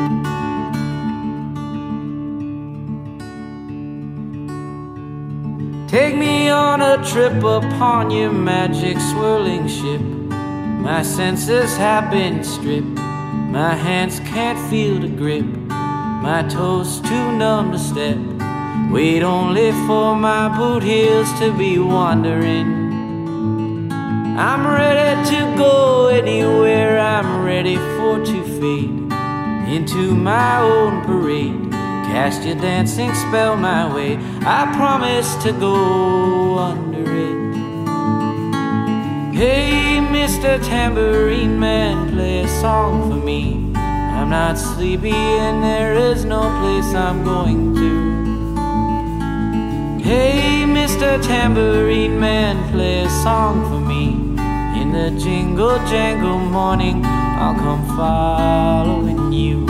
Take me on a trip upon your magic swirling ship. My senses have been stripped, my hands can't feel the grip, my toes too numb to step. Wait only for my boot heels to be wandering. I'm ready to go anywhere, I'm ready for to fade into my own parade. Cast your dancing spell my way, I promise to go under it. Hey, Mr. Tambourine Man, play a song for me. I'm not sleepy and there is no place I'm going to. Hey, Mr. Tambourine Man, play a song for me. In the jingle jangle morning, I'll come following you.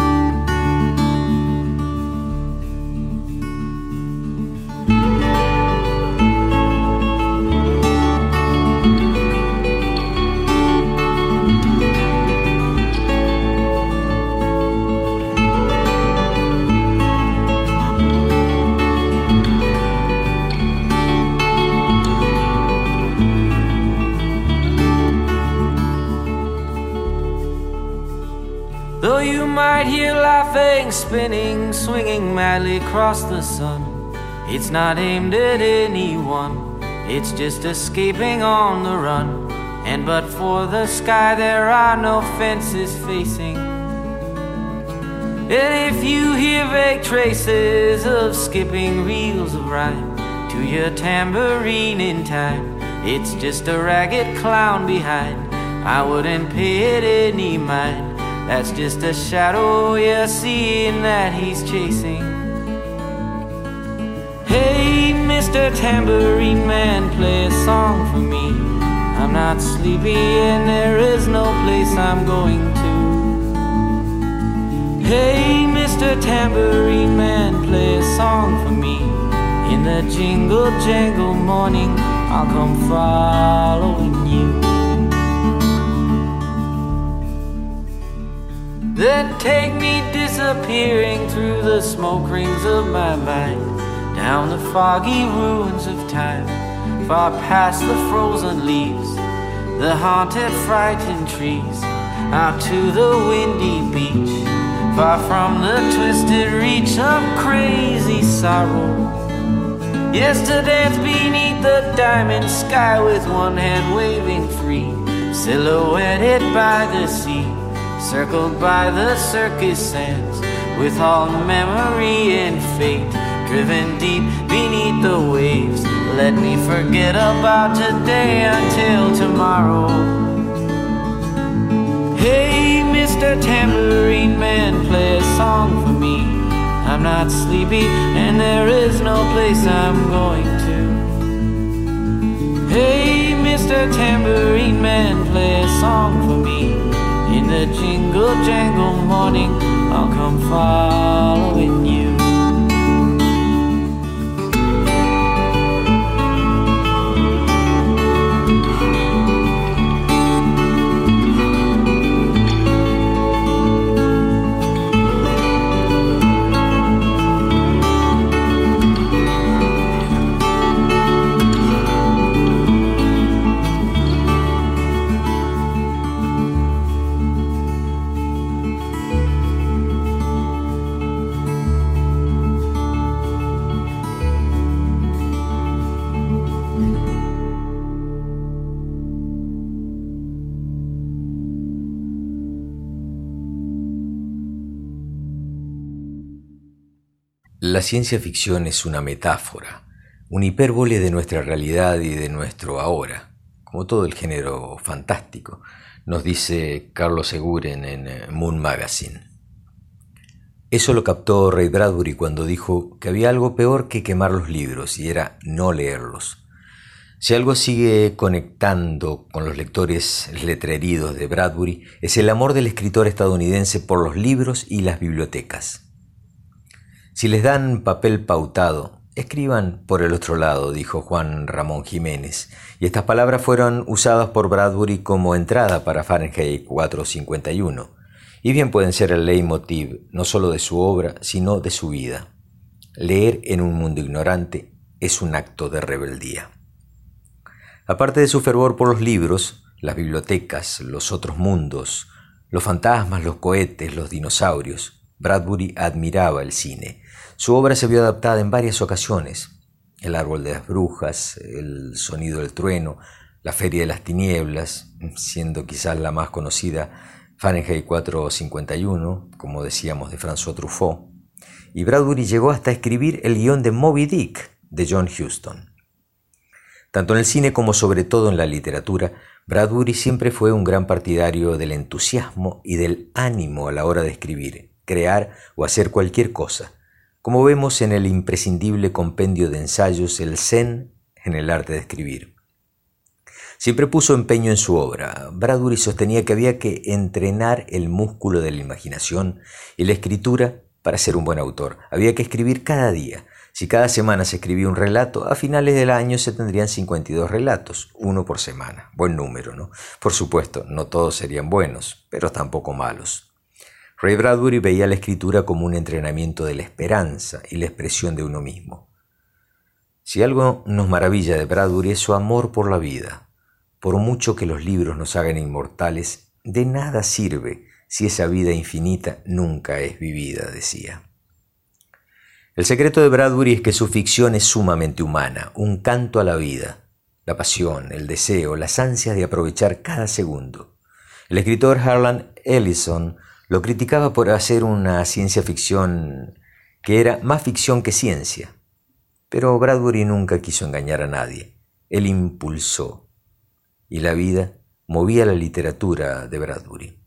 Though you might hear laughing, spinning, swinging madly across the sun, it's not aimed at anyone, it's just escaping on the run. And but for the sky there are no fences facing. And if you hear vague traces of skipping reels of rhyme to your tambourine in time, it's just a ragged clown behind. I wouldn't pay it any mind. That's just a shadow you're seeing that he's chasing. Hey, Mr. Tambourine Man, play a song for me. I'm not sleepy and there is no place I'm going to. Hey, Mr. Tambourine Man, play a song for me. In the jingle jangle morning, I'll come following you. Then take me disappearing through the smoke rings of my mind, down the foggy ruins of time, far past the frozen leaves, the haunted, frightened trees, out to the windy beach, far from the twisted reach of crazy sorrow. Yes, to dance beneath the diamond sky with one hand waving free, silhouetted by the sea, circled by the circus sands, with all memory and fate driven deep beneath the waves. Let me forget about today until tomorrow. Hey, Mr. Tambourine Man, play a song for me. I'm not sleepy and there is no place I'm going to. Hey, Mr. Tambourine Man, play a song for me. In the jingle jangle morning, I'll come following you. La ciencia ficción es una metáfora, un hipérbole de nuestra realidad y de nuestro ahora, como todo el género fantástico, nos dice Carlos Seguren en Moon Magazine. Eso lo captó Ray Bradbury cuando dijo que había algo peor que quemar los libros, y era no leerlos. Si algo sigue conectando con los lectores letreridos de Bradbury, es el amor del escritor estadounidense por los libros y las bibliotecas. Si les dan papel pautado, escriban por el otro lado, dijo Juan Ramón Jiménez, y estas palabras fueron usadas por Bradbury como entrada para Fahrenheit 451, y bien pueden ser el leitmotiv no solo de su obra, sino de su vida. Leer en un mundo ignorante es un acto de rebeldía. Aparte de su fervor por los libros, las bibliotecas, los otros mundos, los fantasmas, los cohetes, los dinosaurios, Bradbury admiraba el cine. Su obra se vio adaptada en varias ocasiones. El árbol de las brujas, El sonido del trueno, La feria de las tinieblas, siendo quizás la más conocida Fahrenheit 451, como decíamos, de François Truffaut. Y Bradbury llegó hasta escribir el guión de Moby Dick, de John Huston. Tanto en el cine como sobre todo en la literatura, Bradbury siempre fue un gran partidario del entusiasmo y del ánimo a la hora de escribir, crear o hacer cualquier cosa, como vemos en el imprescindible compendio de ensayos El Zen en el arte de escribir. Siempre puso empeño en su obra. Bradbury sostenía que había que entrenar el músculo de la imaginación y la escritura para ser un buen autor. Había que escribir cada día. Si cada semana se escribía un relato, a finales del año se tendrían 52 relatos, uno por semana. Buen número, ¿no? Por supuesto, no todos serían buenos, pero tampoco malos. Ray Bradbury veía la escritura como un entrenamiento de la esperanza y la expresión de uno mismo. Si algo nos maravilla de Bradbury es su amor por la vida. Por mucho que los libros nos hagan inmortales, de nada sirve si esa vida infinita nunca es vivida, decía. El secreto de Bradbury es que su ficción es sumamente humana, un canto a la vida, la pasión, el deseo, las ansias de aprovechar cada segundo. El escritor Harlan Ellison lo criticaba por hacer una ciencia ficción que era más ficción que ciencia. Pero Bradbury nunca quiso engañar a nadie. Él impulsó, y la vida movía la literatura de Bradbury.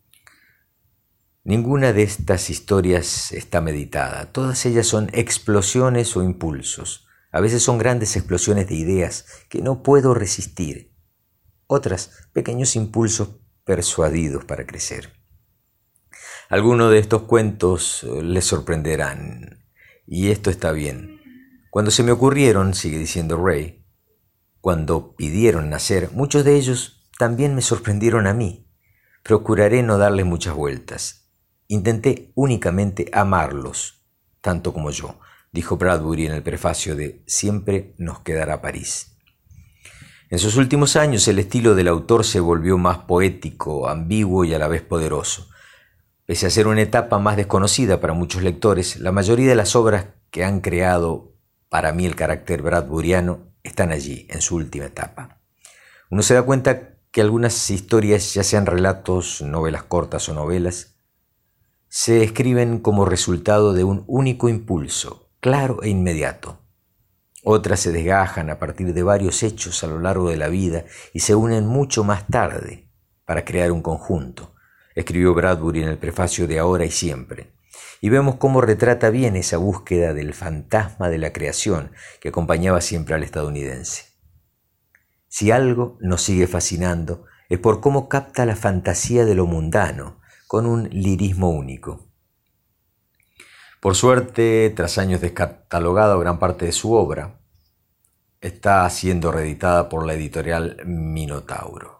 Ninguna de estas historias está meditada. Todas ellas son explosiones o impulsos. A veces son grandes explosiones de ideas que no puedo resistir. Otras, pequeños impulsos persuadidos para crecer. Algunos de estos cuentos les sorprenderán, y esto está bien. Cuando se me ocurrieron, sigue diciendo Ray, cuando pidieron nacer, muchos de ellos también me sorprendieron a mí. Procuraré no darles muchas vueltas. Intenté únicamente amarlos, tanto como yo, dijo Bradbury en el prefacio de Siempre nos quedará París. En sus últimos años el estilo del autor se volvió más poético, ambiguo y a la vez poderoso. Pese a ser una etapa más desconocida para muchos lectores, la mayoría de las obras que han creado para mí el carácter bradburiano están allí, en su última etapa. Uno se da cuenta que algunas historias, ya sean relatos, novelas cortas o novelas, se escriben como resultado de un único impulso, claro e inmediato. Otras se desgajan a partir de varios hechos a lo largo de la vida y se unen mucho más tarde para crear un conjunto, escribió Bradbury en el prefacio de Ahora y Siempre. Y vemos cómo retrata bien esa búsqueda del fantasma de la creación que acompañaba siempre al estadounidense. Si algo nos sigue fascinando es por cómo capta la fantasía de lo mundano con un lirismo único. Por suerte, tras años descatalogada gran parte de su obra, está siendo reeditada por la editorial Minotauro.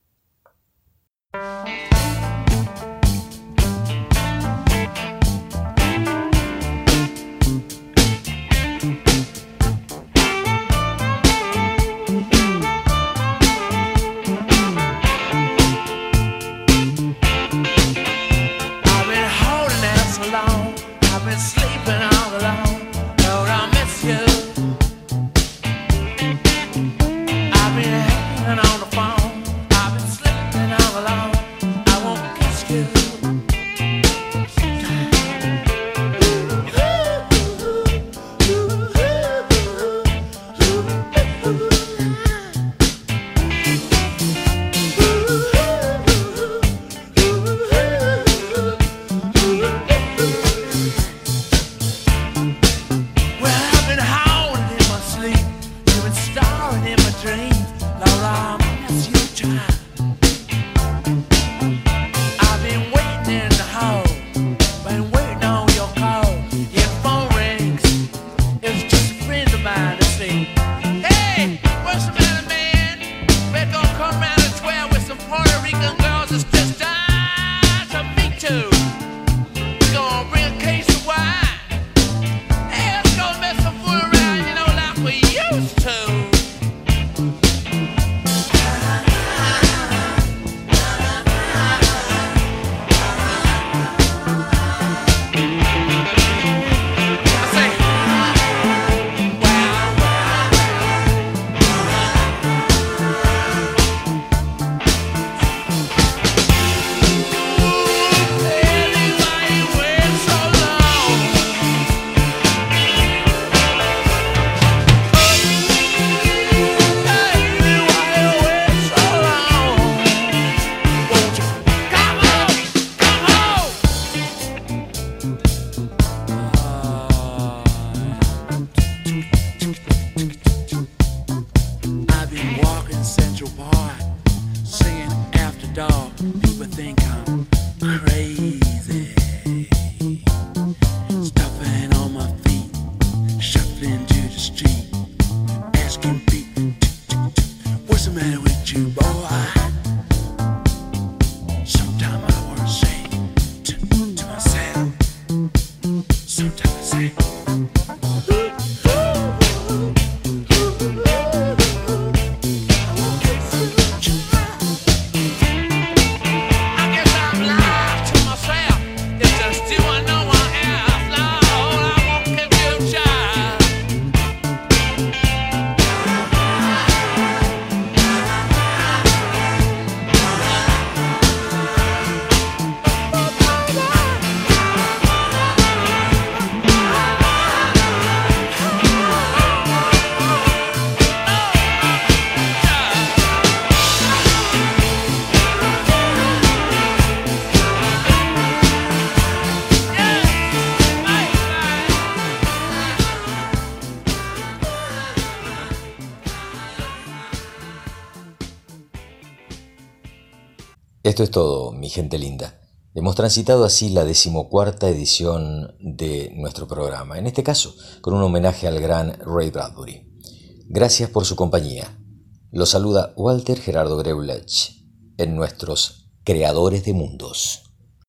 Esto es todo, mi gente linda. Hemos transitado así la 14ª edición de nuestro programa, en este caso con un homenaje al gran Ray Bradbury. Gracias por su compañía. Los saluda Walter Gerardo Greulach en nuestros Creadores de Mundos.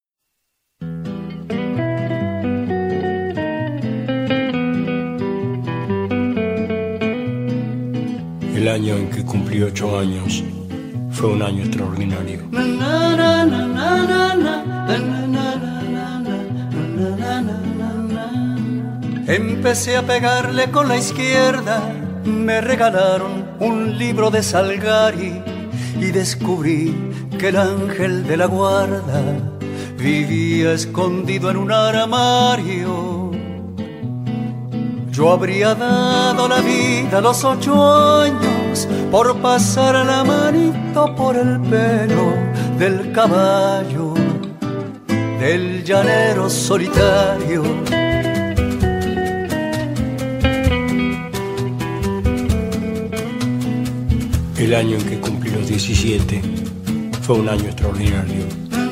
El año en que cumplí 8 años fue un año extraordinario. Empecé a pegarle con la izquierda, me regalaron un libro de Salgari y descubrí que el ángel de la guarda vivía escondido en un armario. Yo habría dado la vida a los 8 años por pasar la manito por el pelo del caballo, del llanero solitario. El año en que cumplí los 17 fue un año extraordinario.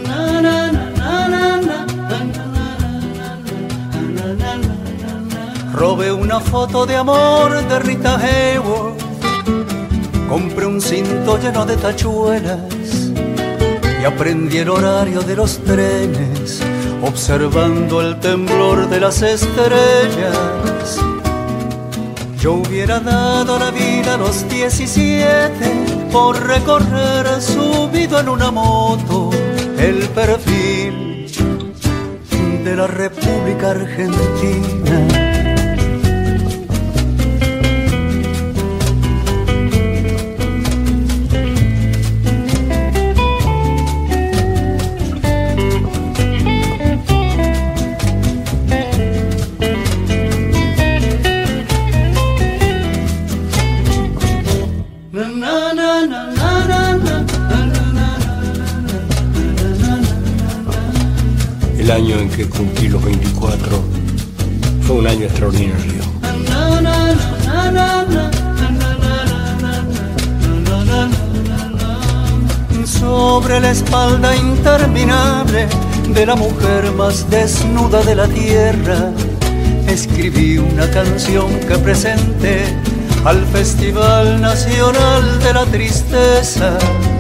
Robé una foto de amor de Rita Hayworth, compré un cinto lleno de tachuelas y aprendí el horario de los trenes, observando el temblor de las estrellas. Yo hubiera dado la vida a los 17 por recorrer subido en una moto el perfil de la República Argentina. El año en que cumplí los 24 fue un año extraordinario. Sobre la espalda interminable de la mujer más desnuda de la tierra, escribí una canción que presenté al Festival Nacional de la Tristeza.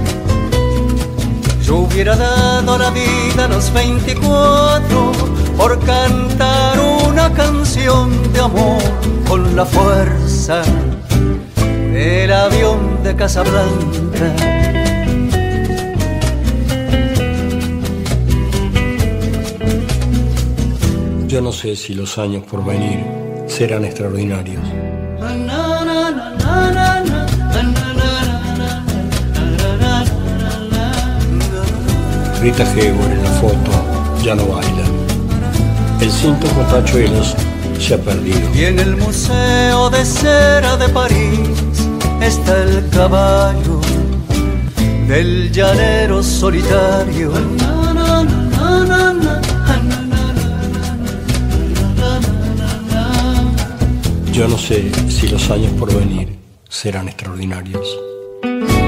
Yo hubiera dado la vida a los 24 por cantar una canción de amor con la fuerza del avión de Casablanca. Yo no sé si los años por venir serán extraordinarios. Rita Hayworth en la foto ya no baila. El cinto con tachuelos se ha perdido. Y en el Museo de Cera de París está el caballo del llanero solitario. Yo no sé si los años por venir serán extraordinarios.